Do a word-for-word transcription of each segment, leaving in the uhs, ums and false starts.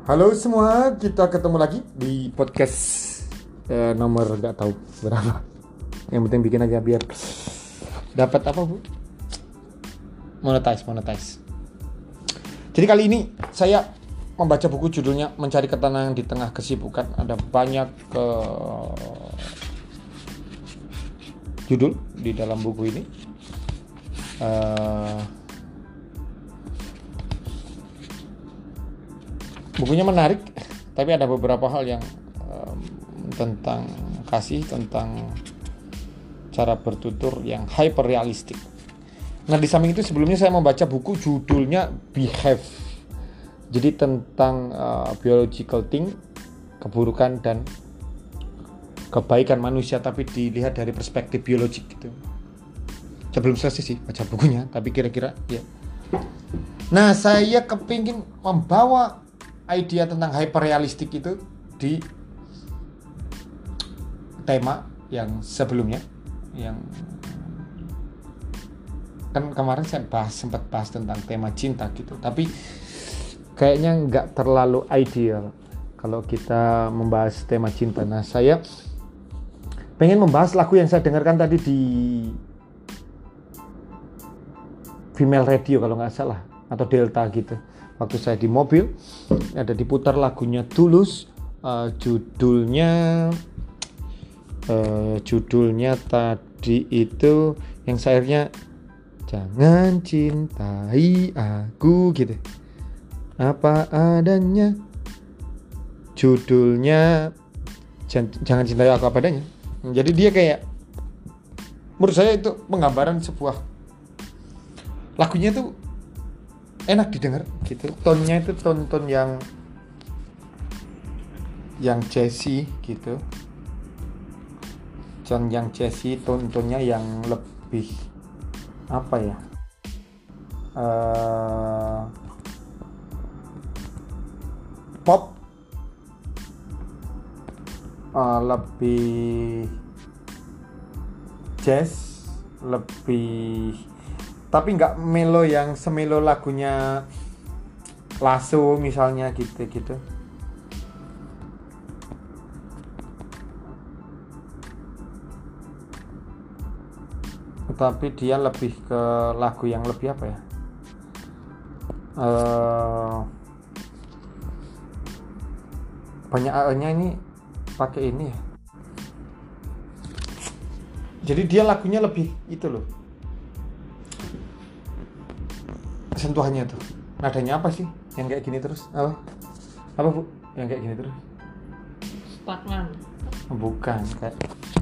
Halo semua, kita ketemu lagi di podcast eh, nomor nggak tahu berapa. Yang penting bikin aja biar dapat apa bu? Monetize, monetize. Jadi kali ini saya membaca buku judulnya Mencari Ketenangan di Tengah Kesibukan. Ada banyak uh, judul di dalam buku ini. Uh, bukunya menarik, tapi ada beberapa hal yang um, tentang kasih, tentang cara bertutur yang hyper realistik. Nah, di samping itu sebelumnya saya membaca buku judulnya Behave. Jadi tentang uh, biological thing, keburukan dan kebaikan manusia, tapi dilihat dari perspektif biologik gitu. Saya belum selesai sih baca bukunya, tapi kira-kira ya. Nah, saya kepingin membawa idea tentang hyperrealistik itu di tema yang sebelumnya, yang kan kemarin saya bahas, sempat bahas tentang tema cinta gitu, tapi kayaknya nggak terlalu ideal kalau kita membahas tema cinta. Nah, saya pengen membahas lagu yang saya dengarkan tadi di Female Radio kalau nggak salah, atau Delta gitu. Waktu saya di mobil ada diputar lagunya Tulus, uh, judulnya uh, judulnya tadi itu yang syairnya jangan cintai aku gitu, apa adanya. Judulnya jangan cintai aku apa adanya. Jadi dia kayak, menurut saya itu penggambaran sebuah lagunya tuh enak didengar gitu, tonnya itu ton-ton yang yang jazzy gitu, ton yang jazzy, ton-tonnya yang lebih apa ya, uh, pop, uh, lebih jazz, lebih, tapi nggak melo yang semelo lagunya Lasso misalnya gitu-gitu. Tapi dia lebih ke lagu yang lebih apa ya, uh, banyak A-nya ini pakai ini ya. Jadi dia lagunya lebih itu loh, sentuhannya tuh, nadanya apa sih yang kayak gini terus, apa apa bu yang kayak gini terus, stagnan, bukan, kayak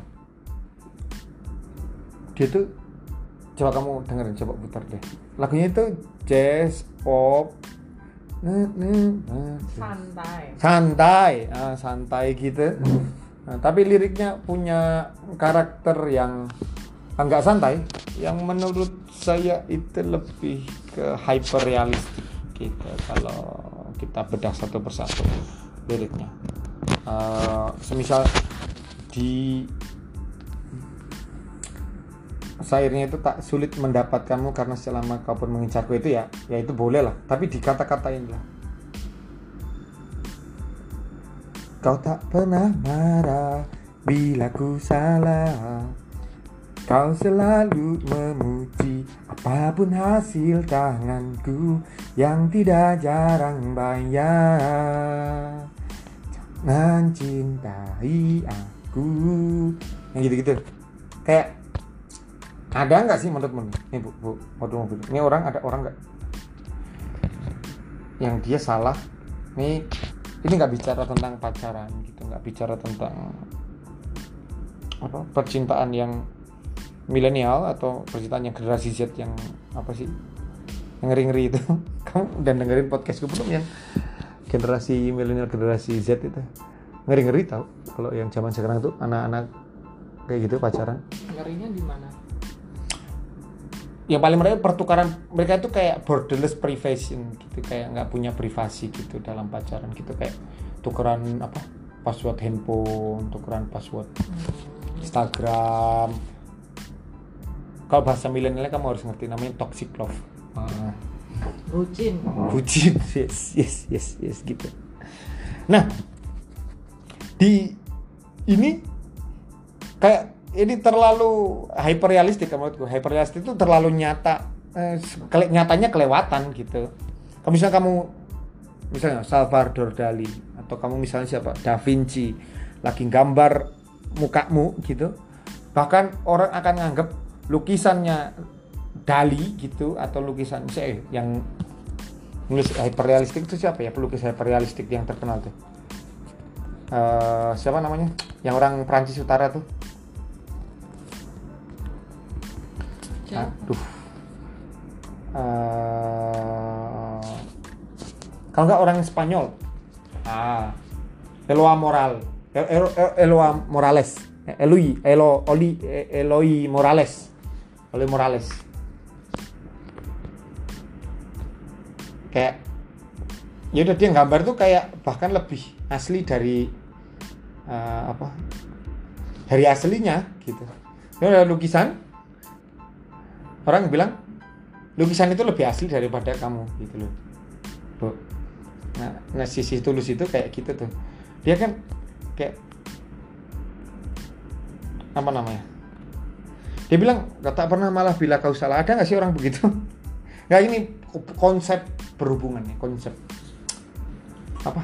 dia tuh, coba kamu dengerin, coba putar deh lagunya itu jazz pop, nah, nah, nah, santai santai ah, santai gitu. Nah, tapi liriknya punya karakter yang enggak santai, yang menurut saya itu lebih ke hyper realistik gitu kalau kita bedah satu persatu liriknya. Uh, semisal di syairnya itu, tak sulit mendapatkanmu karena selama kau pun mengincarku, itu ya, ya itu boleh lah, tapi dikata-katain lah. Kau tak pernah marah bila ku salah, kau selalu memuji apapun hasil tanganku yang tidak jarang bayar. Jangan cintai aku, yang gitu-gitu. Kayak ada nggak sih menurutmu nih bu, bu, mobil mobil ini orang, ada orang nggak yang dia salah nih? Ini nggak bicara tentang pacaran gitu, nggak bicara tentang apa percintaan yang milenial atau percintaan yang generasi Z yang apa sih, yang ngeri-ngeri itu. Kamu udah dengerin podcastku belum yang generasi milenial, generasi Z itu? Ngeri-ngeri tau kalau yang zaman sekarang tuh anak-anak kayak gitu pacaran. ngerinya di mana? Yang paling mereka pertukaran mereka itu kayak borderless privacy gitu, kayak nggak punya privasi gitu dalam pacaran gitu, kayak tukeran apa password handphone, tukeran password Instagram. Kalau bahasa milenialnya kamu harus ngerti, namanya toxic love. Ah, bucin bucin, yes yes yes yes gitu. Nah, di ini kayak ini terlalu hyperrealistik menurutku. Hyperrealistik itu terlalu nyata, eh, kele, nyatanya kelewatan gitu. Kalau misalnya kamu misalnya Salvador Dali atau kamu misalnya siapa Da Vinci lagi gambar mukamu gitu, bahkan orang akan nganggap lukisannya Dali gitu atau lukisan misalnya yang nulis hyperrealistik itu siapa ya, pelukis hyperrealistik yang terkenal tuh, uh, siapa namanya, yang orang Prancis Utara tuh, aduh, uh, kalau nggak orang Spanyol, ah, Eloy Moral, Eloy Morales, Eloy, Elo, Oli, Eloy Morales, Eloy Morales. Kayak ya udah dia gambar tuh kayak bahkan lebih asli dari uh, apa dari aslinya gitu. Itu ada lukisan, orang bilang lukisan itu lebih asli daripada kamu gitu loh. Tuh. Nah, nah sisi tulus itu kayak gitu tuh, dia kan kayak apa namanya, dia bilang tak pernah malah bila kau salah. Ada nggak sih orang begitu? Nggak, ini konsep berhubungan ya, konsep apa?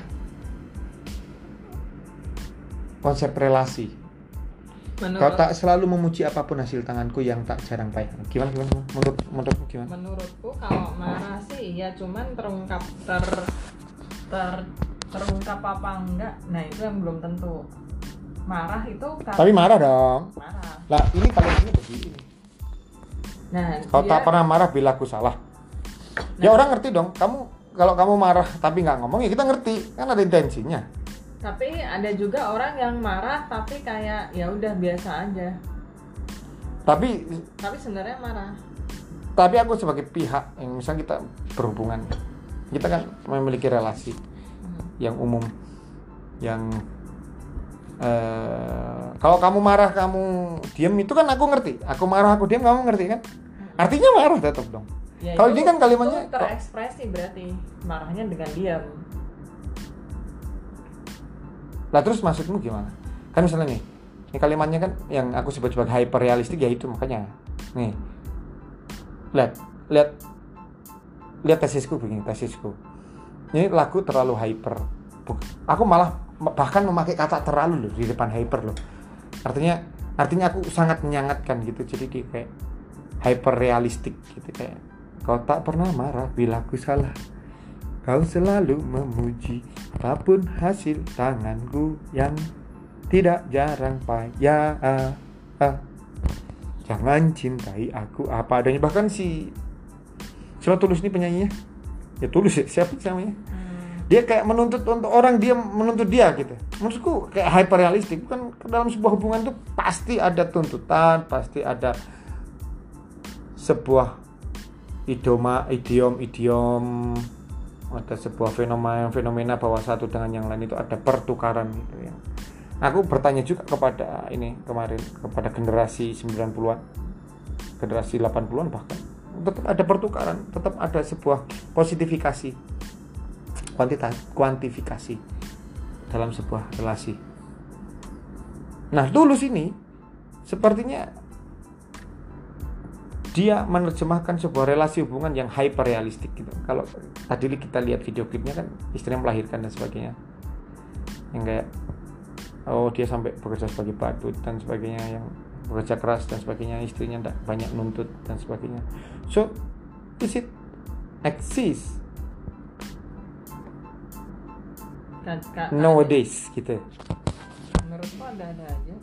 Konsep relasi. Menurut, kau tak selalu memuji apapun hasil tanganku yang tak jarang payah. Gimana gimana? Menurut menurutmu gimana? Menurutku kalau marah sih ya cuman terungkap ter ter terungkap apa enggak. Nah, itu yang belum tentu. Marah itu karena, tapi marah dong. Marah. Lah, ini kalimatnya begini. Nah, kau dia, tak pernah marah bila aku salah. Nah, ya orang ngerti dong. Kamu kalau kamu marah tapi nggak ngomong ya kita ngerti kan ada intensinya. Tapi ada juga orang yang marah tapi kayak ya udah biasa aja. Tapi tapi sebenarnya marah. Tapi aku sebagai pihak yang misalnya kita berhubungan, kita kan memiliki relasi hmm. yang umum, yang uh, kalau kamu marah kamu diam itu kan aku ngerti. Aku marah aku diam kamu ngerti kan? Artinya marah tetap dong. Ya, kalau ini kan kalimatnya terekspresi berarti marahnya dengan diam. Lah terus maksudmu gimana? Kan misalnya nih, ini kalimatnya kan yang aku sebut sebagai hyperrealistik ya itu makanya. Nih. Lihat, lihat lihat tesisku begini, tesisku. Ini lagu terlalu hyper. Aku malah bahkan memakai kata terlalu loh di depan hyper loh. Artinya artinya aku sangat menyangatkan gitu. Jadi dia kayak hyperrealistik gitu kayak kau tak pernah marah bila aku salah. Kau selalu memuji apapun hasil tanganku yang tidak jarang payah. Ah, ah. Jangan cintai aku apa adanya. Bahkan si siapa Tulus ini penyanyinya? Ya Tulus ya, siapa namanya? Hmm. Dia kayak menuntut untuk orang, dia menuntut dia gitu. Maksudku kayak hyperrealistik. Bukan dalam sebuah hubungan tuh pasti ada tuntutan, pasti ada sebuah idioma, idiom, idiom, ada sebuah fenomena, fenomena bahwa satu dengan yang lain itu ada pertukaran gitu ya. Aku bertanya juga kepada ini kemarin kepada generasi sembilan puluhan, generasi delapan puluhan bahkan tetap ada pertukaran, tetap ada sebuah positifikasi, kuantitas, kuantifikasi dalam sebuah relasi. Nah, Tulus ini sepertinya dia menerjemahkan sebuah relasi hubungan yang hyperrealistik gitu. Kalau tadi kita lihat video klipnya kan istrinya melahirkan dan sebagainya, yang kayak oh dia sampai bekerja sebagai badut dan sebagainya, yang bekerja keras dan sebagainya, istrinya tidak banyak nuntut dan sebagainya. So is it exist nowadays gitu? Menurutku ada-ada aja.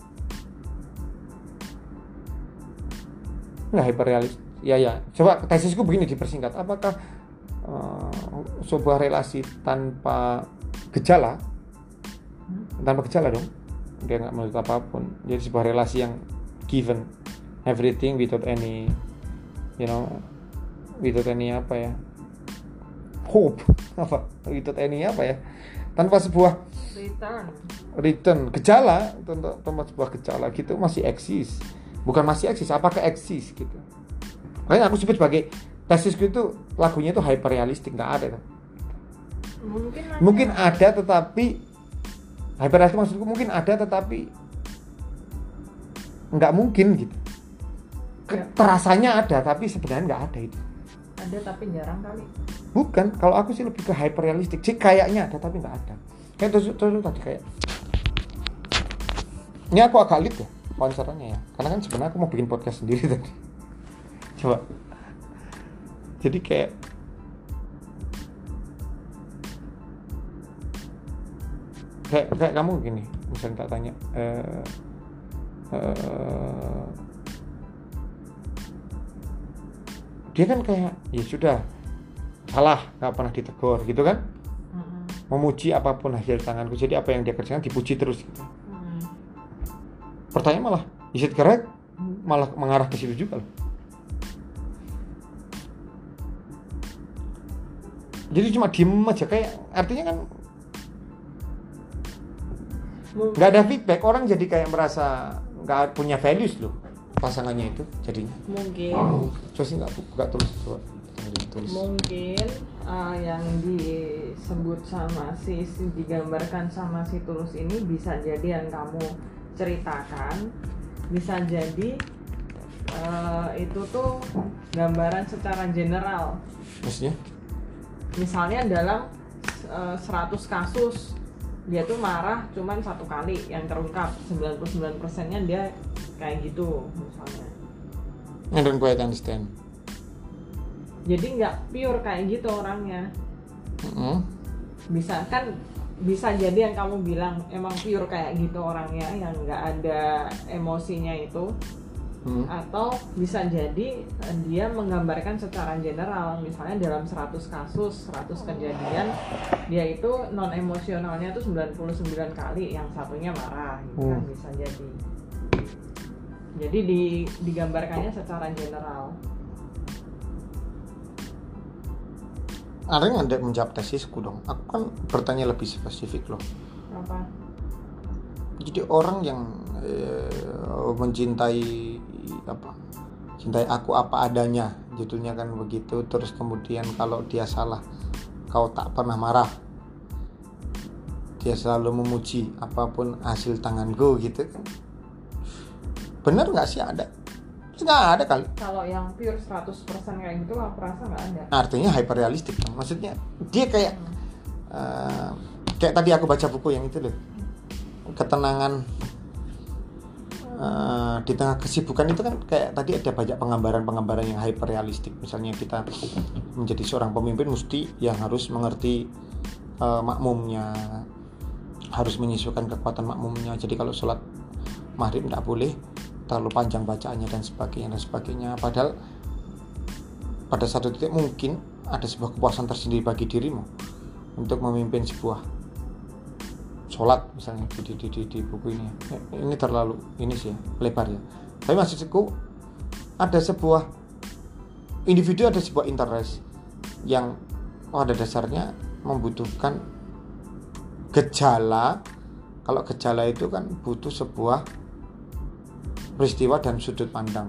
Nggak hyperrealis. Ya ya. Coba tesisku begini dipersingkat. Apakah uh, sebuah relasi tanpa gejala, hmm? tanpa gejala dong, dia nggak menuntut apapun. Jadi sebuah relasi yang given everything without any, you know, without any apa ya, hope, apa, without any apa ya, tanpa sebuah return, return gejala, tanpa, tanpa sebuah gejala gitu masih eksis. Bukan masih eksis, apakah eksis gitu. Makanya aku sebut sebagai tesisku itu lagunya itu hyperrealistik, nggak ada. Mungkin ada. Mungkin ada, tetapi Hyperrealistik maksudku mungkin ada tetapi nggak mungkin gitu. Ya. Terasanya ada tapi sebenarnya nggak ada itu. Ada tapi jarang kali. Bukan, kalau aku sih lebih ke hyperrealistik sih, kayaknya ada tapi nggak ada. Kayak terus, terus tadi kayak ini aku agak lit ya konsernya ya, karena kan sebenarnya aku mau bikin podcast sendiri tadi. Coba jadi kayak kayak, kayak kamu gini, misalnya tak tanya uh, uh, dia kan kayak ya sudah salah, nggak pernah ditegur gitu kan, mm-hmm. memuji apapun hasil tanganku, jadi apa yang dia kerjakan dipuji terus gitu. Mm-hmm. Pertanyaan malah is it correct, malah mengarah ke situ juga loh. Jadi cuma diem aja, kayak artinya kan nggak ada feedback, orang jadi kayak merasa nggak punya values loh pasangannya itu jadinya. Mungkin coba sih nggak buka tulis coba tulis. Mungkin uh, yang disebut sama si, si digambarkan sama si Tulus ini bisa jadi yang kamu ceritakan, bisa jadi uh, itu tuh gambaran secara general. Maksudnya? Misalnya dalam uh, seratus kasus dia tuh marah cuman satu kali yang terungkap, sembilan puluh sembilan persennya dia kayak gitu misalnya. I don't quite understand. Jadi nggak pure kayak gitu orangnya. Mm-hmm. Bisa kan, bisa jadi yang kamu bilang emang pure kayak gitu orangnya, yang nggak ada emosinya itu. Hmm. Atau bisa jadi dia menggambarkan secara general, misalnya dalam seratus kasus, seratus kejadian dia itu non emosionalnya tuh sembilan puluh sembilan kali, yang satunya marah gitu. Hmm. Kan bisa jadi. Jadi di, digambarkannya secara general. Ada yang ada menjawab tesisku dong. Aku kan bertanya lebih spesifik loh. Apa? Jadi orang yang eh, mencintai apa cintai aku apa adanya, judulnya kan begitu. Terus kemudian kalau dia salah, kau tak pernah marah, dia selalu memuji apapun hasil tanganku gitu. Bener nggak sih? Ada? Nggak ada kali. Kalau yang pure seratus persen kayak gitu aku rasa nggak ada. Artinya hyperrealistik, maksudnya dia kayak hmm. uh, kayak tadi aku baca buku yang itu loh, ketenangan Uh, di tengah kesibukan itu kan kayak tadi ada banyak penggambaran-penggambaran yang hyperrealistik. Misalnya kita menjadi seorang pemimpin mesti yang harus mengerti uh, makmumnya, harus menyesuaikan kekuatan makmumnya. Jadi kalau sholat maghrib tidak boleh terlalu panjang bacaannya dan sebagainya dan sebagainya. Padahal pada satu titik mungkin ada sebuah kepuasan tersendiri bagi dirimu untuk memimpin sebuah sholat misalnya di, di, di, di buku ini. Ini terlalu ini sih ya, lebar ya. Tapi maksudku ada sebuah individu, ada sebuah interest yang pada dasarnya membutuhkan gejala. Kalau gejala itu kan butuh sebuah peristiwa dan sudut pandang.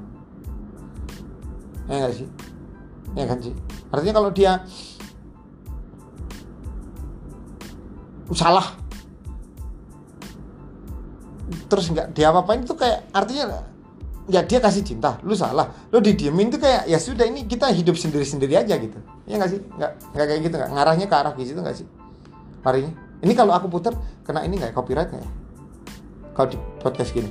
Ya enggak sih? Ya kan sih? Artinya kalau dia salah terus nggak dia apa-apain itu kayak artinya ya dia kasih cinta, lu salah, lu didiemin tuh kayak ya sudah ini kita hidup sendiri-sendiri aja gitu. Ya nggak sih? Nggak nggak kayak gitu, nggak ngarahnya ke arah gitu nggak sih? Larinya. Ini kalau aku putar kena ini nggak copyright nggak ya? Kalau di podcast gini.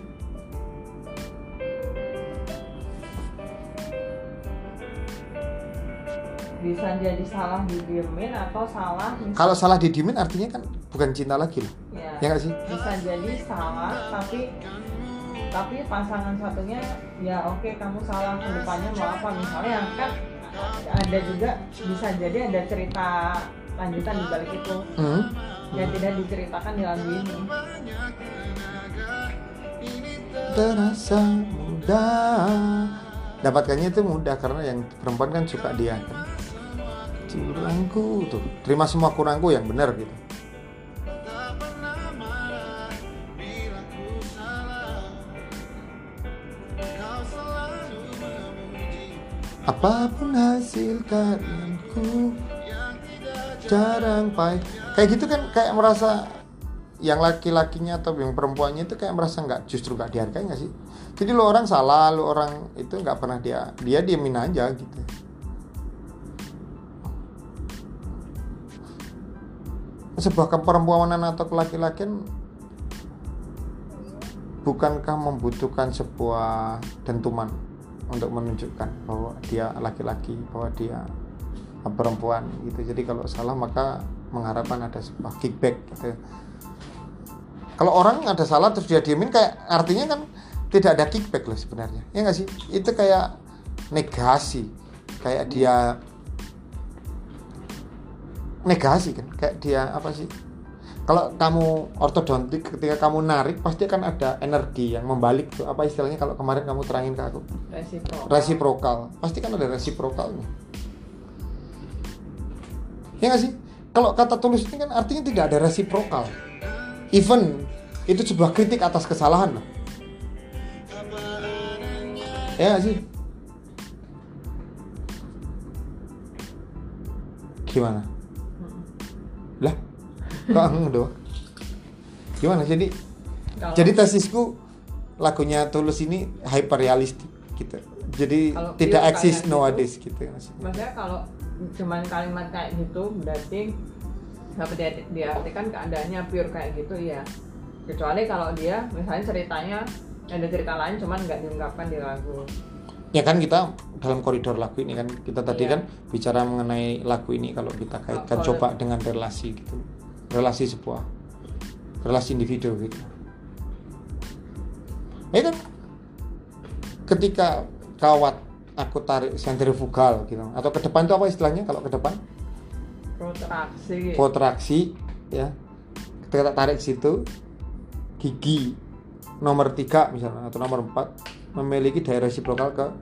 Bisa jadi salah didiemin atau salah misalnya, kalau salah didiemin artinya kan bukan cinta lagi loh. Ya, ya nggak sih? Bisa jadi salah tapi tapi pasangan satunya ya oke okay, kamu salah, kedepannya mau apa misalnya, kan ada juga bisa jadi ada cerita lanjutan di balik itu hmm. yang tidak diceritakan di lagu ini. Terasa mudah, dapatkannya itu mudah karena yang perempuan kan suka dia kan. Kurangku tuh, terima semua kurangku yang benar gitu. Apapun hasil karyanku jarang pahit. Kayak gitu kan, kayak merasa yang laki-lakinya atau yang perempuannya itu kayak merasa nggak, justru nggak dihargai nggak sih? Jadi lo orang salah, lo orang itu nggak pernah dia dia diemin aja gitu. Sebuah keperempuanan atau kelaki-lakian bukankah membutuhkan sebuah dentuman untuk menunjukkan bahwa dia laki-laki, bahwa dia perempuan gitu. Jadi kalau salah maka mengharapkan ada sebuah kickback gitu. Kalau orang ada salah terus dia diemin, kayak artinya kan tidak ada kickback loh sebenarnya, ya nggak sih? Itu kayak negasi, kayak dia negasi kan, kayak dia apa sih? Kalau kamu ortodontik, ketika kamu narik pasti akan ada energi yang membalik tuh, apa istilahnya kalau kemarin kamu terangin ke aku? Resiprokal. Resiprokal. Pasti kan ada resiprokalnya. Ya nggak sih? Kalau kata tulus ini kan artinya tidak ada resiprokal. Even itu sebuah kritik atas kesalahan loh. Ya nggak sih? Gimana? Hmm. Lah? Kok doang? Gimana? Jadi kalau, jadi tesisku lagunya Tulus ini hyper realistik gitu. Jadi tidak eksis nowadays gitu. Maksudnya kalau cuman kalimat kayak gitu berarti dapat dia diartikan keadaannya pure kayak gitu ya. Kecuali kalau dia misalnya ceritanya ada cerita lain cuman nggak diungkapkan di lagu. Ya kan kita dalam koridor lagu ini kan kita tadi iya. kan bicara mengenai lagu ini kalau kita kaitkan oh, coba dengan relasi gitu. Relasi sebuah relasi individu gitu. Ya kan ketika kawat aku tarik sentrifugal gitu atau ke depan itu apa istilahnya kalau ke depan? Protraksi. Protraksi ya. Ketika tarik situ gigi nomor tiga misalnya atau nomor empat memiliki daya resiprokal ke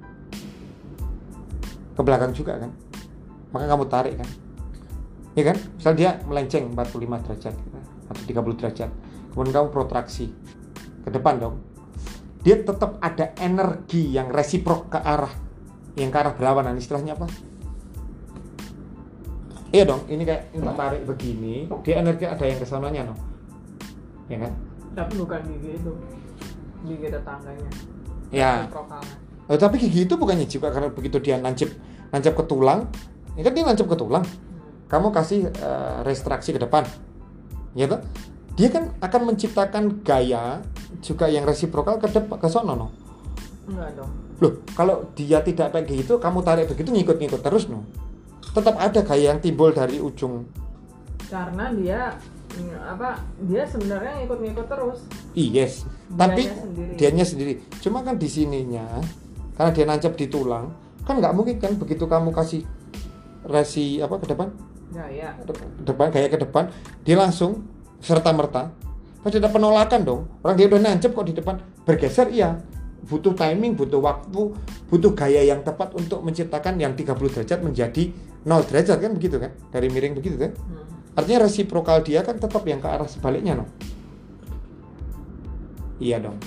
ke belakang juga kan. Maka kamu tarik kan. Ya kan? Misal dia melenceng empat puluh lima derajat atau tiga puluh derajat. Kemudian kamu protraksi ke depan dong. Dia tetap ada energi yang resiprok ke arah yang ke arah berlawanan. Istilahnya apa? Iya dong, ini kayak ini tarik begini, dia energi ada yang kesananya no. Ya kan? Tapi bukan gigi itu. Gigi tetangganya. Ya. Oh, tapi gigi itu bukannya juga karena begitu dia nancep nancep ke tulang, ini kan dia nancep ke tulang. Kamu kasih uh, restraksi ke depan, ya toh? Dia kan akan menciptakan gaya juga yang resiprokal ke depan ke sono no. Enggak dong. Loh, kalau dia tidak kayak gitu, kamu tarik begitu ngikut-ngikut terus no. Tetap ada gaya yang timbul dari ujung. Karena dia apa? Dia sebenarnya ngikut-ngikut terus. Yes, tapi dianya sendiri. Cuma kan di sininya, karena dia nancap di tulang, kan nggak mungkin kan begitu kamu kasih resi apa ke depan? Gaya. Depan gaya ke depan, dia langsung serta merta. Pasti ada penolakan dong. Orang dia udah nancep kok di depan bergeser, iya. Butuh timing, butuh waktu, butuh gaya yang tepat untuk menciptakan yang tiga puluh derajat menjadi nol derajat kan begitu kan? Dari miring begitu kan? Hmm. Artinya resiprokal dia kan tetap yang ke arah sebaliknya no. Iya dong.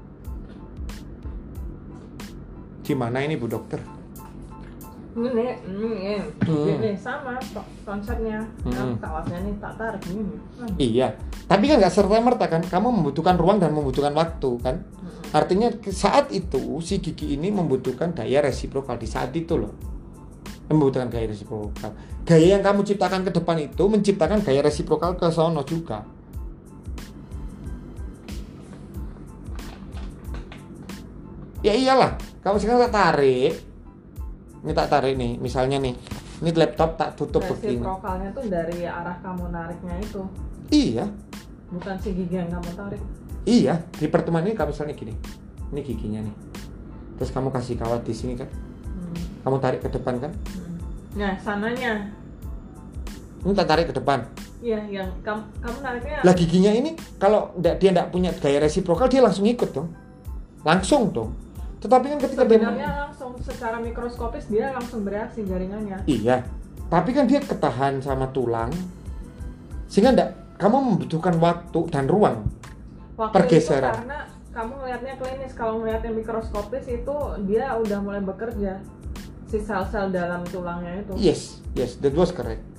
Gimana ini Bu Dokter? Ini, ini, hmm. ini sama konsepnya. Hmm. Kawasnya nih tak tarik ini. Hmm. Iya, tapi kan nggak serta merta kan. Kamu membutuhkan ruang dan membutuhkan waktu kan. Hmm. Artinya saat itu si gigi ini membutuhkan daya resiprokal di saat itu loh. Membutuhkan gaya resiprokal. Gaya yang kamu ciptakan ke depan itu menciptakan gaya resiprokal ke sono juga. Ya iyalah, kamu sekarang tak tarik. Ini tak tarik nih, misalnya nih. Ini laptop tak tutup begini. Resiprokalnya tuh dari arah kamu nariknya itu. Iya. Bukan si gigi yang kamu tarik. Iya, di pertemuan ini kamu misalnya gini. Ini giginya nih. Terus kamu kasih kawat di sini kan. Hmm. Kamu tarik ke depan kan? Hmm. Nah, sananya. Ini tak tarik ke depan. Iya, yang kamu kamu nariknya. Lah giginya ini kalau enggak dia enggak punya gaya resiprokal dia langsung ikut dong. Langsung dong. Tetapi kan ketika sebenarnya dia langsung secara mikroskopis dia langsung bereaksi jaringannya. Iya. Tapi kan dia ketahan sama tulang. Sehingga enggak kamu membutuhkan waktu dan ruang. Waktu pergeseran. Itu karena kamu melihatnya klinis, kalau melihatnya mikroskopis itu dia udah mulai bekerja. Si sel-sel dalam tulangnya itu. Yes, yes, that was correct.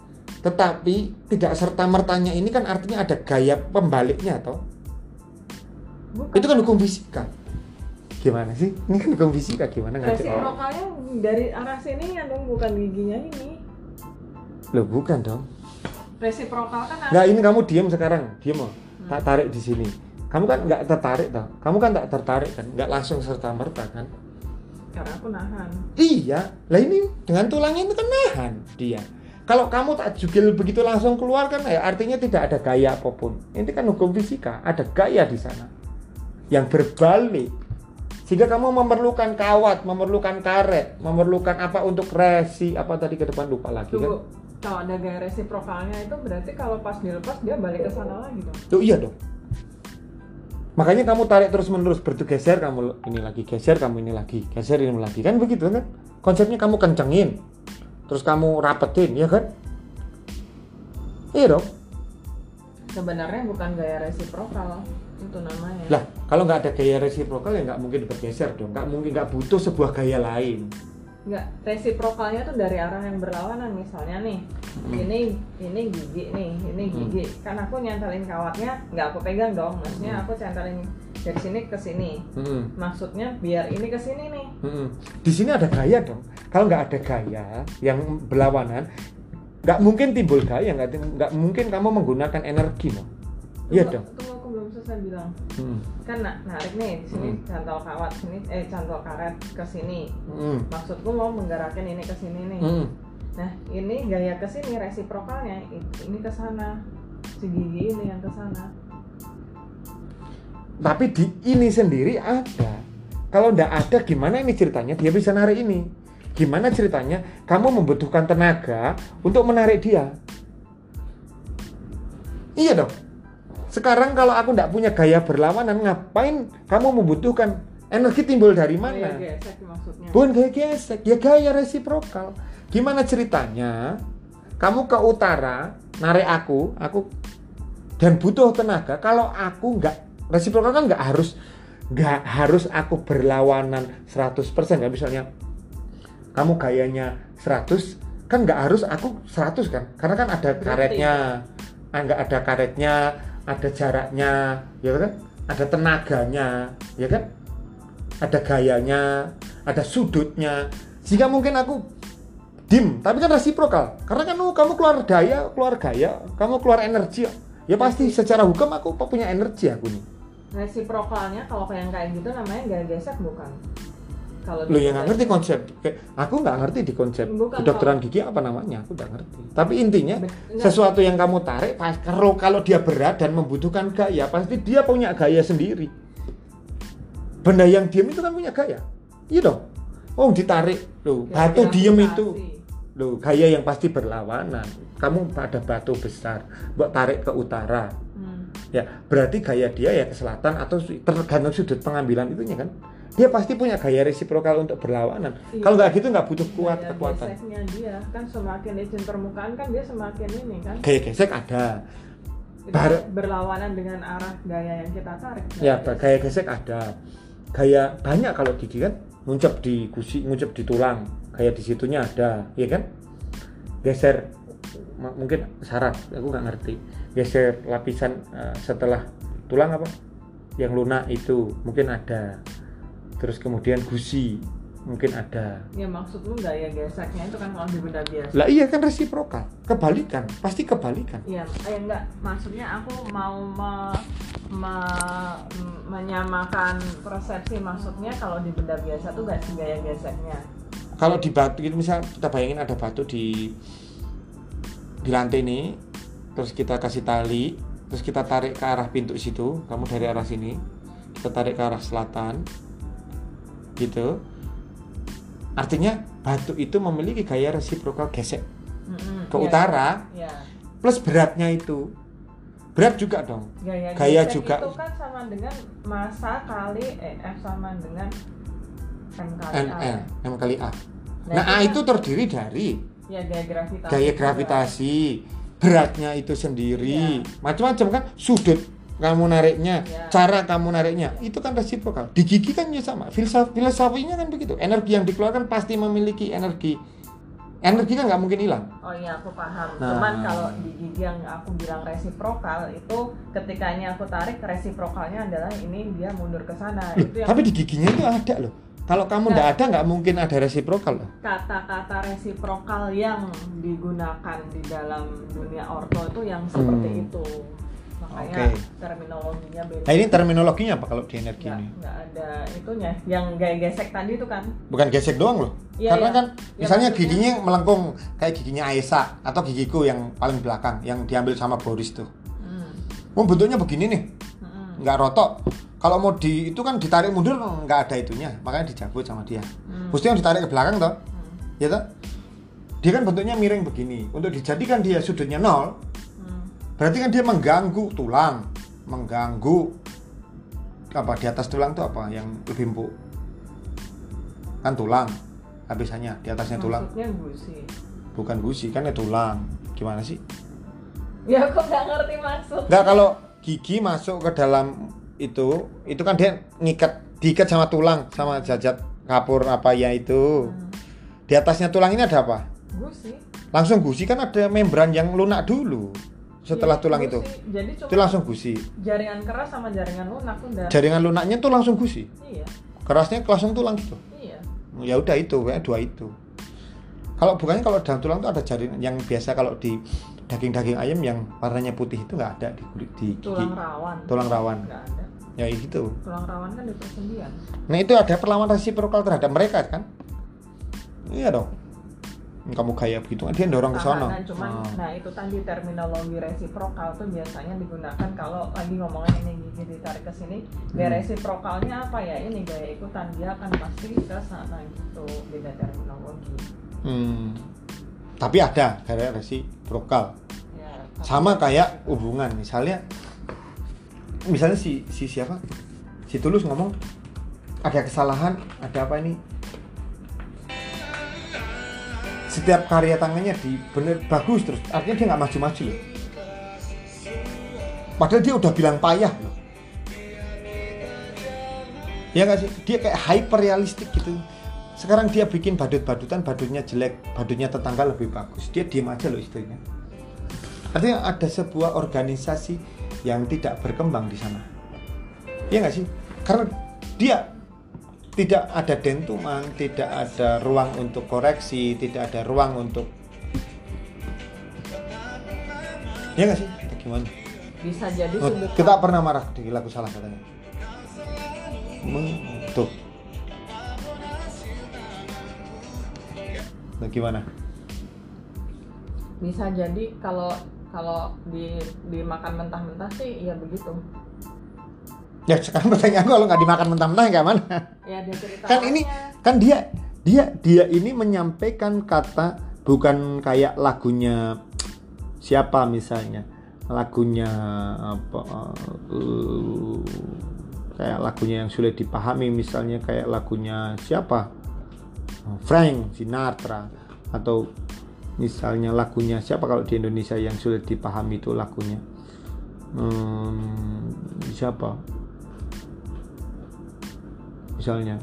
Tetapi tidak serta-mertanya ini kan artinya ada gaya pembaliknya toh. Bukan. Itu kan hukum fisika. Gimana sih? Ini kan hukum fisika gimana ngajak orang? Resiprokalnya dari arah sini ya dong, bukan giginya ini. Loh bukan dong. Resiprokal kan Nah ini kamu diam sekarang, diam oh. Hmm. Tak tarik di sini. Kamu kan nggak tertarik toh. Kamu kan tak tertarik kan, nggak langsung serta-merta kan? Karena aku nahan. Iya, lah ini dengan tulangnya itu kan nahan dia. Kalau kamu tak jugil begitu langsung keluar kan ya artinya tidak ada gaya apapun. Ini kan hukum fisika, ada gaya di sana yang berbalik. Sehingga kamu memerlukan kawat, memerlukan karet, memerlukan apa untuk resi apa tadi ke depan lupa lagi. Tunggu, kan? Kalau ada gaya resiprokalnya itu berarti kalau pas dilepas dia balik ke sana lagi dong. Tuh iya dong. Makanya kamu tarik terus menerus, bergeser kamu ini lagi, geser kamu ini lagi, geser ini lagi, kan begitu kan? Konsepnya kamu kencengin, terus kamu rapetin, ya kan? Iya dong. Sebenarnya bukan gaya resiprokal itu namanya. Lah, kalau nggak ada gaya resiprokal ya nggak mungkin bergeser dong, nggak mungkin, nggak butuh sebuah gaya lain. Nggak, resiprokalnya tuh dari arah yang berlawanan. Misalnya nih, hmm. ini ini gigi nih, ini gigi. Hmm. Kan aku nyentelin kawatnya, nggak aku pegang dong. Maksudnya hmm. aku centelin dari sini ke sini. Hmm. Maksudnya biar ini ke sini nih. Hmm. Di sini ada gaya dong. Kalau nggak ada gaya yang berlawanan, nggak mungkin timbul gaya, nggak nggak mungkin kamu menggunakan energi dong. Iya dong. Tunggu aku belum selesai bilang. Hmm. Kan nah, narik nih di sini hmm. cantol kawat sini eh cantol karet ke sini. Hmm. Maksudku mau menggerakkan ini ke sini nih. Hmm. Nah, ini gaya ke sini resiprokalnya ini ke sana. Si gigi ini yang ke sana. Tapi di ini sendiri ada. Kalau ndak ada gimana ini ceritanya dia bisa narik ini? Gimana ceritanya kamu membutuhkan tenaga untuk menarik dia? Iya dong. Sekarang kalau aku ndak punya gaya berlawanan, ngapain kamu membutuhkan energi timbul dari mana? Gaya gesek maksudnya. Bukan gaya gesek, ya gaya resiprokal. Gimana ceritanya? Kamu ke utara, narik aku, aku dan butuh tenaga. Kalau aku nggak resiprokal kan nggak harus nggak harus aku berlawanan seratus persen kan, misalnya kamu gayanya seratus kan nggak harus aku seratus kan, karena kan ada karetnya, nggak ada karetnya, ada jaraknya, ya kan, ada tenaganya, ya kan, ada gayanya, ada sudutnya, sehingga mungkin aku dim, tapi kan resiprokal, karena kan oh, kamu keluar daya, keluar gaya, kamu keluar energi, ya pasti secara hukum aku punya energi aku nih. Resiprokalnya kalau kayak kayak gitu namanya gaya gesek bukan? Kalau lo yang nggak ngerti konsep, aku nggak ngerti di konsep kedokteran gigi apa namanya, aku nggak ngerti. Tapi intinya Enggak. sesuatu yang kamu tarik, kalau kalau dia berat dan membutuhkan gaya, pasti dia punya gaya sendiri. Benda yang diam itu kan punya gaya, iya dong. Oh ditarik, lo batu diem itu, lo gaya yang pasti berlawanan. Kamu ada batu besar, buat tarik ke utara, hmm. ya berarti gaya dia ya ke selatan atau tergantung sudut pengambilan itunya kan. Dia pasti punya gaya resiprokal untuk berlawanan. Iya. Kalau nggak gitu nggak butuh kuat gaya kekuatan. Geseknya dia kan semakin licin permukaan kan dia semakin ini kan. Gaya gesek ada. Bar- berlawanan dengan arah gaya yang kita tarik. Ya, gesek. Gaya gesek ada. Gaya banyak kalau gigi kan, nguncep di gusi, nguncep di tulang. Gaya di situnya ada, ya kan? Geser m- mungkin syarat, aku nggak ngerti. Geser lapisan uh, setelah tulang apa? Yang lunak itu mungkin ada. Terus kemudian gusi mungkin ada. Ya maksudmu gaya geseknya itu kan kalau di benda biasa. Lah iya kan resiprokal, kebalikan, pasti kebalikan. Iya, eh, enggak, maksudnya aku mau me, me, menyamakan persepsi, maksudnya kalau di benda biasa tuh gak sih gaya geseknya. Kalau di batu gitu misal kita bayangin ada batu di di lantai ini, terus kita kasih tali, terus kita tarik ke arah pintu situ, kamu dari arah sini, kita tarik ke arah selatan. Gitu. Artinya batu itu memiliki gaya resiprokal gesek mm-hmm, ke iya, utara iya. Plus beratnya itu berat juga dong. Gaya, gaya juga itu kan sama dengan massa kali eh, F sama dengan M kali N, A. N, M kali A. Nah, nah A itu terdiri dari ya, gaya gravitasi. Gaya gravitasi, beratnya itu sendiri, iya. Macam-macam kan, sudut kamu nariknya, ya. Cara kamu nariknya, itu kan resiprokal. Di gigi kan ya sama, Filsaf, filosofinya kan begitu. Energi yang dikeluarkan pasti memiliki energi energi kan nggak mungkin hilang. Oh iya, aku paham. Nah. Cuman kalau di gigi yang aku bilang resiprokal itu ketikanya aku tarik, resiprokalnya adalah ini dia mundur ke sana. Loh, Itu yang tapi di giginya itu ada loh. Kalau kamu nggak ada, nggak mungkin ada resiprokal loh. kata-kata resiprokal yang digunakan di dalam dunia orto itu yang seperti Hmm. itu. Makanya Oke. terminologinya beda. Nah ini terminologinya apa kalau di energi Nggak, ini? nggak ada itunya. Yang gaya gesek tadi itu kan. Bukan gesek doang loh. Iya, Karena iya. kan Ya, misalnya maksudnya- giginya melengkung kayak giginya Aisyah atau gigiku yang paling belakang yang diambil sama Boris tuh. Hmm. Oh bentuknya begini nih, Hmm. nggak rotok. Kalau mau di itu kan ditarik mundur nggak ada itunya, makanya dicabut sama dia. Hmm. Mesti yang ditarik ke belakang toh, Hmm. ya toh? Dia kan bentuknya miring begini. Untuk dijadikan dia sudutnya nol, Hmm. berarti kan dia mengganggu tulang, mengganggu apa di atas tulang tuh apa yang lebih empuk? Kan tulang, habisannya di atasnya tulang. Maksudnya gusi. Bukan gusi, kan ya tulang. Gimana sih? Ya aku nggak ngerti maksud. Enggak, kalau gigi masuk ke dalam itu, itu kan dia ngikat, diikat sama tulang, sama jajat kapur apa ya itu. Hmm. Di atasnya tulang ini ada apa? Gusi. Langsung gusi kan ada membran yang lunak dulu. Setelah Iya, tulang gusi. itu. Jadi cuma Itu langsung gusi. jaringan keras sama jaringan lunak udah. Jaringan lunaknya tuh langsung gusi. Iya. Kerasnya langsung tulang gitu. Iya. Ya udah itu, ya dua itu. Kalau bukannya kalau dalam tulang tuh ada jaringan yang biasa kalau di daging-daging ayam yang warnanya putih itu nggak ada di kulit di gigi. Tulang rawan. Tulang rawan. Nggak ada. Ya gitu. Tulang rawan kan di persendian. Nah itu ada perlawanan resiprokal terhadap mereka kan? Iya dong. Kamu kayak begitu, dia dorong ke sono. Tahanan, cuman Oh. nah itu tadi terminologi resiprokal tuh biasanya digunakan kalau lagi ngomongin ini gigi ditarik ke sini. Gaya Hmm. resiprokalnya apa ya? Ini gaya ikutan, dia akan pasti ke sana gitu. Beda terminologi. Hmm. Tapi ada gaya resiprokal. Ya, Sama kayak hubungan, misalnya misalnya si si siapa? Si Tulus ngomong ada kesalahan, ada apa ini? Setiap karya tangannya di bener bagus terus, artinya dia nggak maju-maju loh. Padahal dia udah bilang payah loh. Ya nggak sih? Dia kayak hyper realistik gitu. Sekarang dia bikin badut-badutan, badutnya jelek, badutnya tetangga lebih bagus. Dia diem aja loh istrinya. Artinya ada sebuah organisasi yang tidak berkembang di sana. Iya nggak sih? Karena dia tidak ada dentuman, tidak ada ruang untuk koreksi, tidak ada ruang untuk, ya nggak sih? Atau gimana? bisa jadi Oh, sudut kita pernah marah di lagu salah katanya. Hmm, Tuh. Nah, gimana? bisa jadi kalau kalau di dimakan mentah-mentah sih ya begitu. Ya sekarang pertanyaan kalau nggak dimakan mentah-mentah kayak mana? Ya dia cerita Kan ini kan dia dia dia ini menyampaikan kata bukan kayak lagunya siapa misalnya lagunya apa uh, kayak lagunya yang sulit dipahami misalnya kayak lagunya siapa Frank Sinatra atau misalnya lagunya siapa kalau di Indonesia yang sulit dipahami itu lagunya hmm, siapa misalnya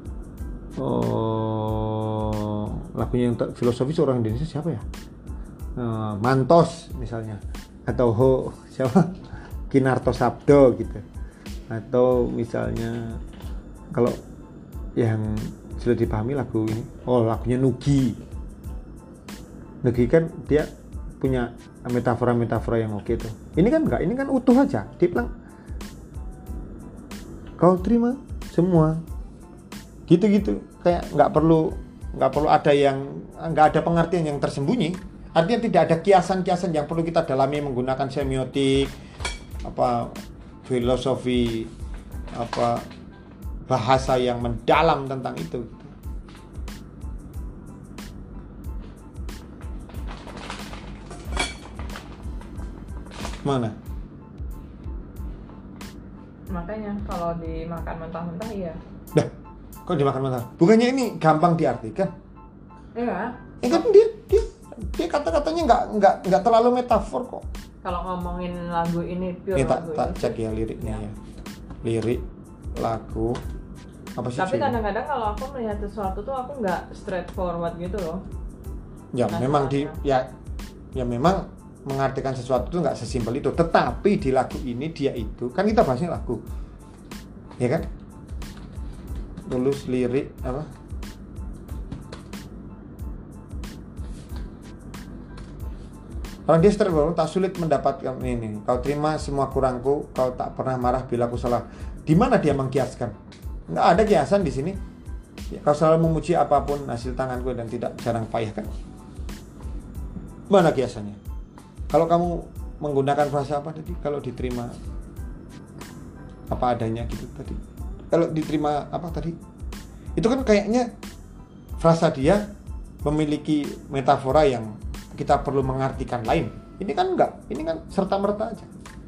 oh lagunya yang ter- filosofis orang Indonesia siapa ya uh, Mantos misalnya atau Ho siapa Kinarto Sabdo gitu atau misalnya kalau yang sudah dipahami lagu ini oh lagunya Nugi Nugi kan dia punya metafora-metafora yang oke tuh ini kan enggak ini kan utuh aja dia bilang kau terima semua gitu-gitu kayak nggak perlu nggak perlu ada yang nggak ada pengertian yang tersembunyi artinya tidak ada kiasan-kiasan yang perlu kita dalami menggunakan semiotik apa filosofi apa bahasa yang mendalam tentang itu mana makanya kalau dimakan mentah-mentah iya. dah kok dimakan mentah bukannya ini gampang diartikan Iya. ini kan dia dia dia kata-katanya nggak nggak nggak terlalu metafor kok Kalau ngomongin lagu ini pure ini tak lagu tak ini. cek ya liriknya ya lirik lagu apa sih Tapi cuy? kadang-kadang kalau aku melihat sesuatu tuh aku nggak straightforward gitu loh. Ya memang di ya ya memang mengartikan sesuatu itu nggak sesimpel itu. Tetapi di lagu ini dia itu kan kita bahasnya lagu, ya kan? Tulus lirik apa? Orang dia terbaru tak sulit mendapatkan ini. Kau terima semua kurangku, kau tak pernah marah bila aku salah. Di mana dia mengkiaskan? Nggak ada kiasan di sini. Ya, kau selalu memuji apapun hasil tanganku dan tidak jarang payah kan? Mana kiasannya? Kalau kamu menggunakan bahasa apa tadi? Kalau diterima apa adanya gitu tadi. Kalau diterima apa tadi? Itu kan kayaknya frasa dia memiliki metafora yang kita perlu mengartikan lain. Ini kan enggak, ini kan serta-merta aja.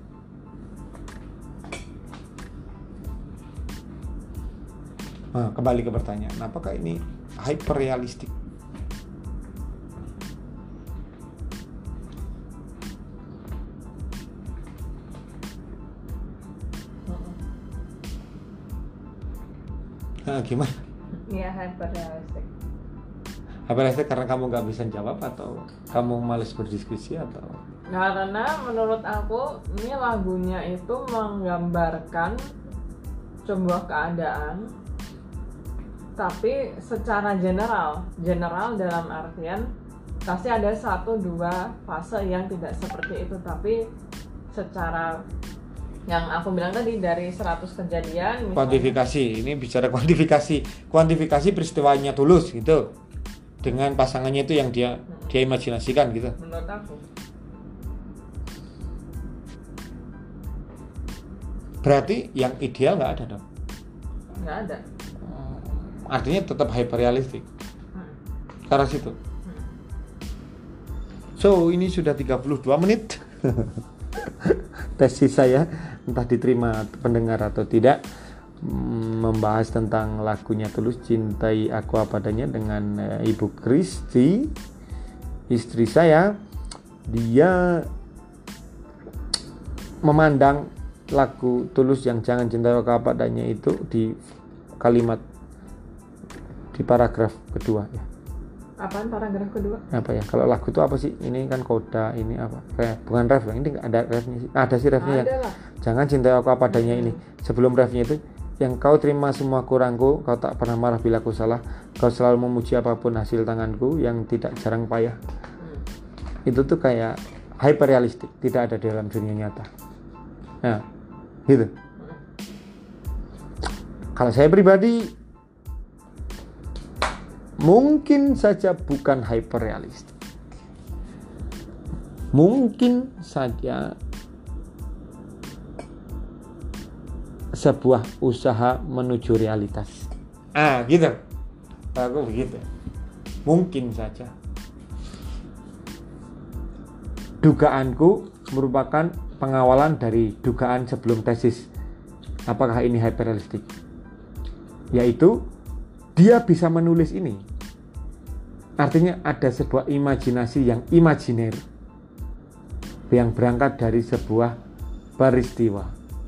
Nah, kembali ke pertanyaan, apakah ini hyperrealistik? Nah, gimana? Iya, hyperrealistik. Hyperrealistik karena kamu nggak bisa jawab atau kamu males berdiskusi atau? Karena menurut aku ini lagunya itu menggambarkan sebuah keadaan, tapi secara general, general dalam artian pasti ada satu dua fase yang tidak seperti itu, tapi secara yang aku bilang tadi dari seratus kejadian misalnya, kuantifikasi, ini bicara kuantifikasi kuantifikasi peristiwanya Tulus gitu dengan pasangannya itu yang dia hmm. dia imajinasikan gitu. Menurut aku berarti yang ideal nggak ada dong? Nggak ada. Hmm, artinya tetap hyperrealistik hmm. ke arah situ. hmm. So ini sudah tiga puluh dua menit tesis saya, entah diterima pendengar atau tidak, membahas tentang lagunya Tulus, Cintai Aku Apa Adanya dengan uh, Ibu Kristi, istri saya. Dia memandang lagu Tulus yang Jangan Cintai Aku Apa Adanya itu di kalimat di paragraf kedua ya. Apaan paragraf kedua? Apa ya? Kalau lagu itu apa sih? Ini kan koda, ini apa? Ref. Bukan ref, ini nggak ada refnya sih. Ada sih refnya ya. Jangan cintai aku apa adanya hmm. ini. Sebelum refnya itu, yang kau terima semua kurangku, kau tak pernah marah bila aku salah, kau selalu memuji apapun hasil tanganku yang tidak jarang payah. Hmm. Itu tuh kayak hyperrealistik, tidak ada dalam dunia nyata. Nah, gitu. Hmm. Kalau saya pribadi mungkin saja bukan hyperrealistik. Mungkin saja sebuah usaha menuju realitas. Ah, gitu. Aku begitu. Mungkin saja. Dugaanku merupakan pengawalan dari dugaan sebelum tesis. Apakah ini hyperrealistik? Yaitu dia bisa menulis ini. Artinya ada sebuah imajinasi yang imajiner yang berangkat dari sebuah peristiwa.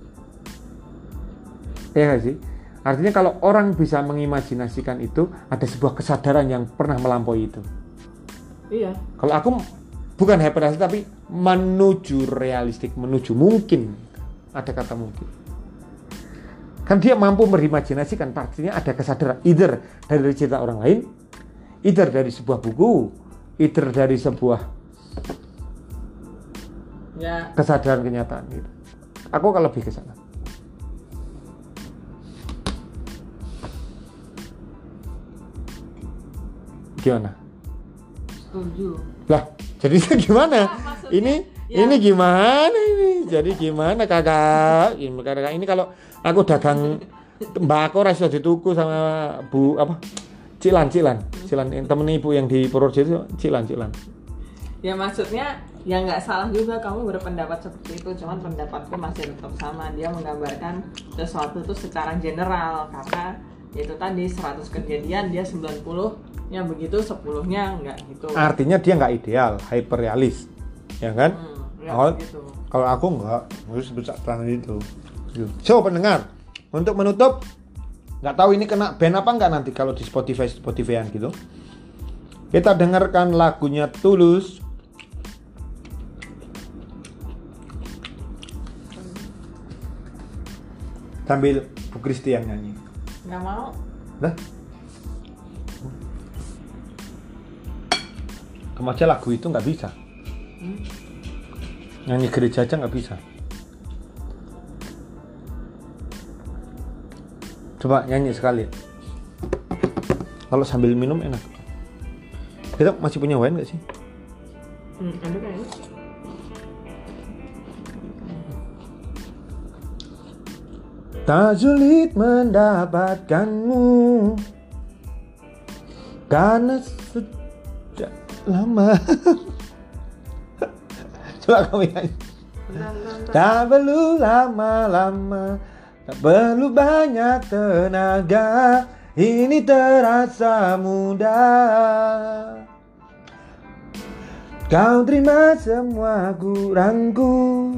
Ya gak sih? Artinya kalau orang bisa mengimajinasikan itu, ada sebuah kesadaran yang pernah melampaui itu. Iya. Kalau aku bukan hyperrealistik tapi menuju realistik, menuju mungkin. Ada kata mungkin. Kan dia mampu berimajinasikan, pastinya ada kesadaran either dari cerita orang lain, either dari sebuah buku, either dari sebuah ya. kesadaran kenyataan gitu. Aku kalau lebih ke sana. Gimana? Setuju. Lah, jadi gimana? Nah, ini ya. ini gimana ini? Jadi gimana kakak? Ini kakak ini kalau aku dagang mbako ora iso dituku sama Bu apa? Cilan, Cilan. Cilan temen ibu yang di Purworejo, Cilan, Cilan. Ya maksudnya ya nggak salah juga kamu berpendapat seperti itu, cuman pendapatku masih tetap sama. Dia menggambarkan sesuatu itu secara general karena itu tadi seratus kejadian dia sembilan puluh nya begitu, sepuluhnya enggak gitu. Artinya dia nggak ideal, hyperrealis. Ya kan? Hmm, ya oh, gitu. Kalau aku enggak, harus besar peran itu. So, pendengar, untuk menutup, nggak tahu ini kena ban apa enggak nanti kalau di Spotify Spotify-an gitu. Kita dengarkan lagunya Tulus. Sambil Bu Kristi yang nyanyi. Nggak mau. Lah? Kamu aja lagu itu nggak bisa. Hmm? Nyanyi gereja aja nggak bisa. Coba nyanyi sekali. Kalau sambil minum enak. Kita masih punya wine nggak sih? Hmm, ada kayaknya. Tak sulit mendapatkanmu karena sejak lama. Coba kamu nyanyi. Tak perlu lama-lama, tak perlu banyak tenaga, ini terasa mudah. Kau terima semua kurangku,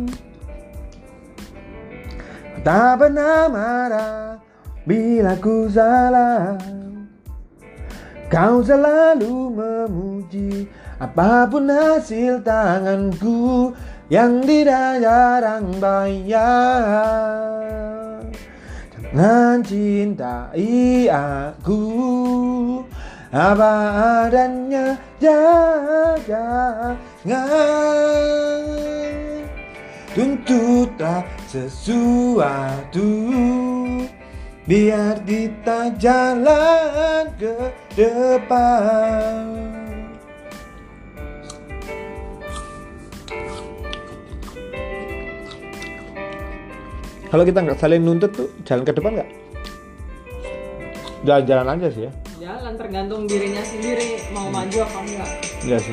tak pernah marah bila ku salah. Kau selalu memuji apapun hasil tanganku yang tidak jarang bayar. Jangan cintai aku apa adanya, jangan tuntutlah sesuatu, biar kita jalan ke depan. Kalau kita nggak saling nuntut tuh jalan ke depan nggak? Jalan-jalan aja sih ya. Jalan tergantung dirinya sendiri mau maju apa enggak. Iya sih.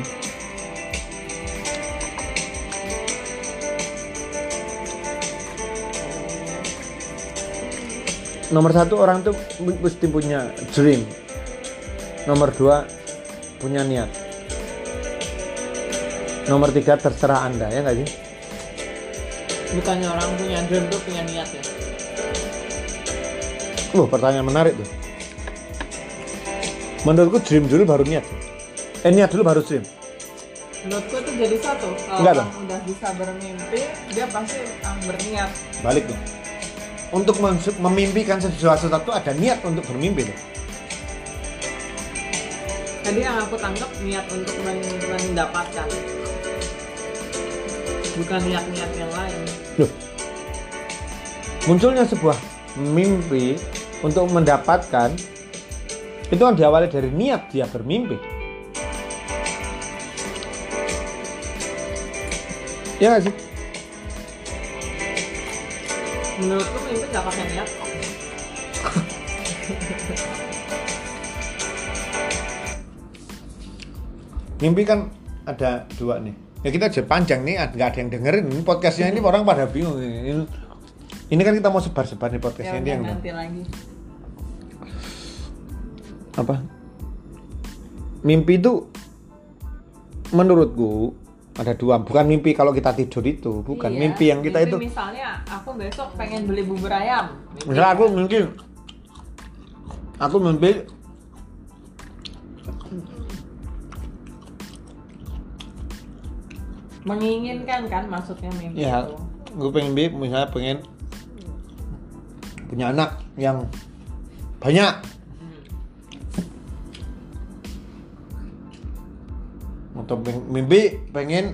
Nomor satu, orang tuh mesti punya dream. Nomor dua, punya niat. Nomor tiga, terserah Anda, ya nggak sih? Bukannya orang punya dream tuh punya niat ya? Wah, pertanyaan menarik tuh. Menurutku dream dulu baru niat. Eh, niat dulu baru dream. Menurutku itu jadi satu. Kalau Enggak orang dong. Udah bisa bermimpi, dia pasti akan berniat. Balik tuh. Untuk memimpikan sesuatu ada niat untuk bermimpi tuh. Jadi yang aku tangkap niat untuk mendapatkan, bukan niat-niat yang lain. Loh. Munculnya sebuah mimpi untuk mendapatkan itu kan diawali dari niat dia bermimpi. Ya nggak sih? Menurutku mimpi nggak pakai niat. Mimpi kan ada dua nih. Ya kita aja panjang nih, nggak ada yang dengerin. Ini podcastnya ini orang pada bingung. Ini, ini kan kita mau sebar-sebar nih podcastnya Ya, ini yang nanti lagi. Apa? Mimpi itu menurutku ada dua, bukan mimpi kalau kita tidur itu, bukan Iya, mimpi yang kita mimpi itu. Misalnya aku besok pengen beli bubur ayam. Mimpi Misalnya aku kan? mungkin aku mimpi menginginkan kan maksudnya mimpi ya, itu. gue pengen mimpi misalnya pengen punya anak yang banyak. Atau mimpi pengen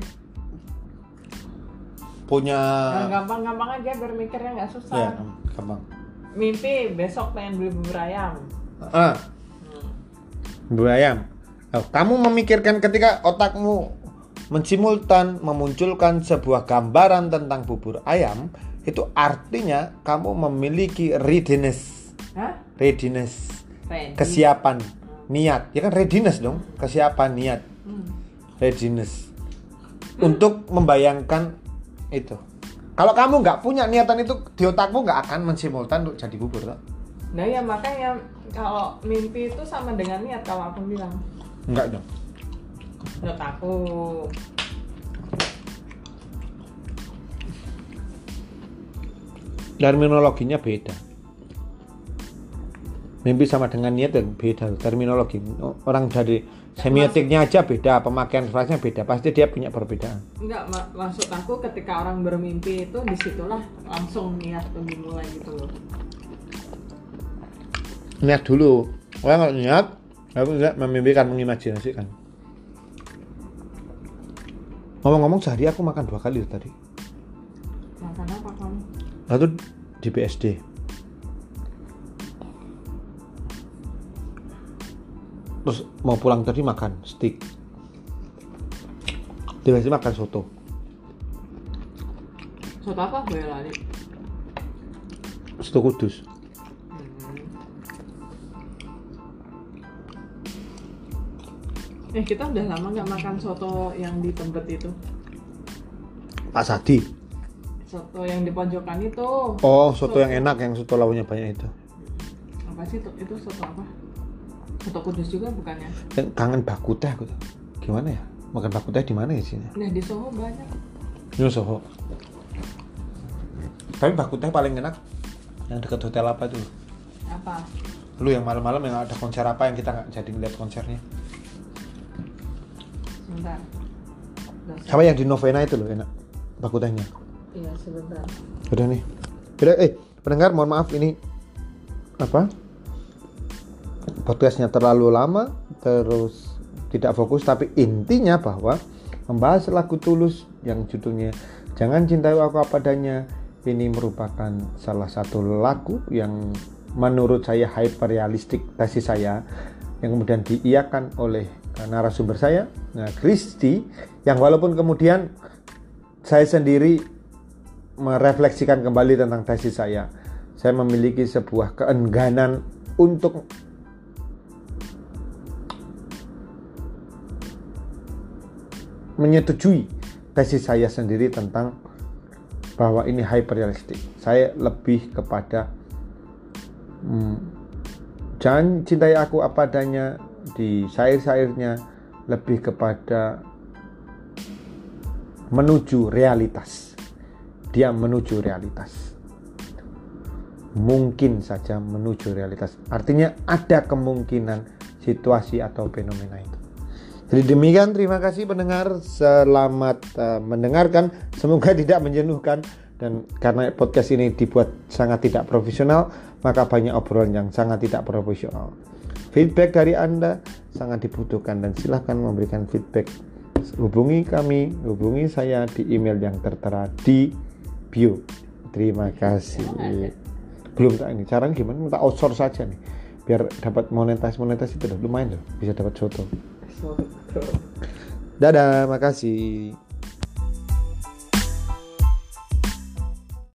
punya Nah, gampang-gampang aja bermikirnya nggak susah. ya, gampang. Mimpi besok pengen beli bubur ayam. Ah, Hmm. bubur ayam. Oh, kamu memikirkan ketika otakmu mensimultan memunculkan sebuah gambaran tentang bubur ayam, itu artinya kamu memiliki readiness. Hah? Readiness. Ready. Kesiapan, niat. Ya kan readiness dong, kesiapan, niat. Hmm. Readiness. Untuk membayangkan itu. Kalau kamu nggak punya niatan itu di otakmu nggak akan mensimultan untuk jadi bubur toh? Nah ya makanya kalau mimpi itu sama dengan niat kalau aku bilang. Enggak dong. Menurut aku. Terminologinya beda. Mimpi sama dengan niat dan beda terminologi. Orang dari semiotiknya aja beda, pemakaian frasanya beda, pasti dia punya perbedaan. Enggak, mak- maksud aku ketika orang bermimpi itu disitulah langsung niat tuh dimulai gitu loh. Niat dulu. Orang kalau niat, aku enggak memimpikan, mengimajinasikan. Ngomong-ngomong sehari aku makan dua kali tadi. Makan apa kamu? Lalu di B S D. Terus mau pulang tadi makan steak. Di B S D makan soto. Soto apa? Boyolali. Soto Kudus. Eh kita udah lama nggak makan soto yang di Tebet itu. Pak Sadi. Soto yang di pojokan itu. Oh, soto, soto yang enak, yang soto lauknya banyak itu. Apa sih itu? Itu soto apa? Soto Kudus juga bukannya? Yang kangen bakuteh aku tuh. Gimana ya? Makan bakuteh di mana ya sini? Nah di Soho banyak. Di Soho. Tapi bakuteh paling enak yang dekat hotel apa tuh? Apa? Lu yang malam-malam yang ada konser apa yang kita nggak jadi ngeliat konsernya? Sebentar. Sama yang di Novena itu loh enak bakutehnya. Iya sebentar. Udah nih. Udah, eh pendengar mohon maaf ini apa? Podcastnya terlalu lama terus tidak fokus, tapi intinya bahwa membahas lagu Tulus yang judulnya Jangan Cintai Aku Apa Adanya ini merupakan salah satu lagu yang menurut saya hyperrealistik tesis saya yang kemudian diiyakan oleh narasumber saya, nah Kristi, yang walaupun kemudian saya sendiri merefleksikan kembali tentang tesis saya, saya memiliki sebuah keengganan untuk menyetujui tesis saya sendiri tentang bahwa ini hyperrealistik. Saya lebih kepada hmm, jangan cintai aku apa adanya di syair-syairnya lebih kepada menuju realitas. Dia menuju realitas. Mungkin saja menuju realitas. Artinya ada kemungkinan situasi atau fenomena itu. Jadi demikian, terima kasih pendengar, selamat uh, mendengarkan, semoga tidak menjenuhkan, dan karena podcast ini dibuat sangat tidak profesional, maka banyak obrolan yang sangat tidak profesional. Feedback dari Anda sangat dibutuhkan dan silahkan memberikan feedback. Hubungi kami, hubungi saya di email yang tertera di bio. Terima kasih. Belum tak ini, caranya gimana? Minta outsource saja nih, biar dapat monetas monetas itu loh, lumayan loh, bisa dapat soto. Dadah, makasih.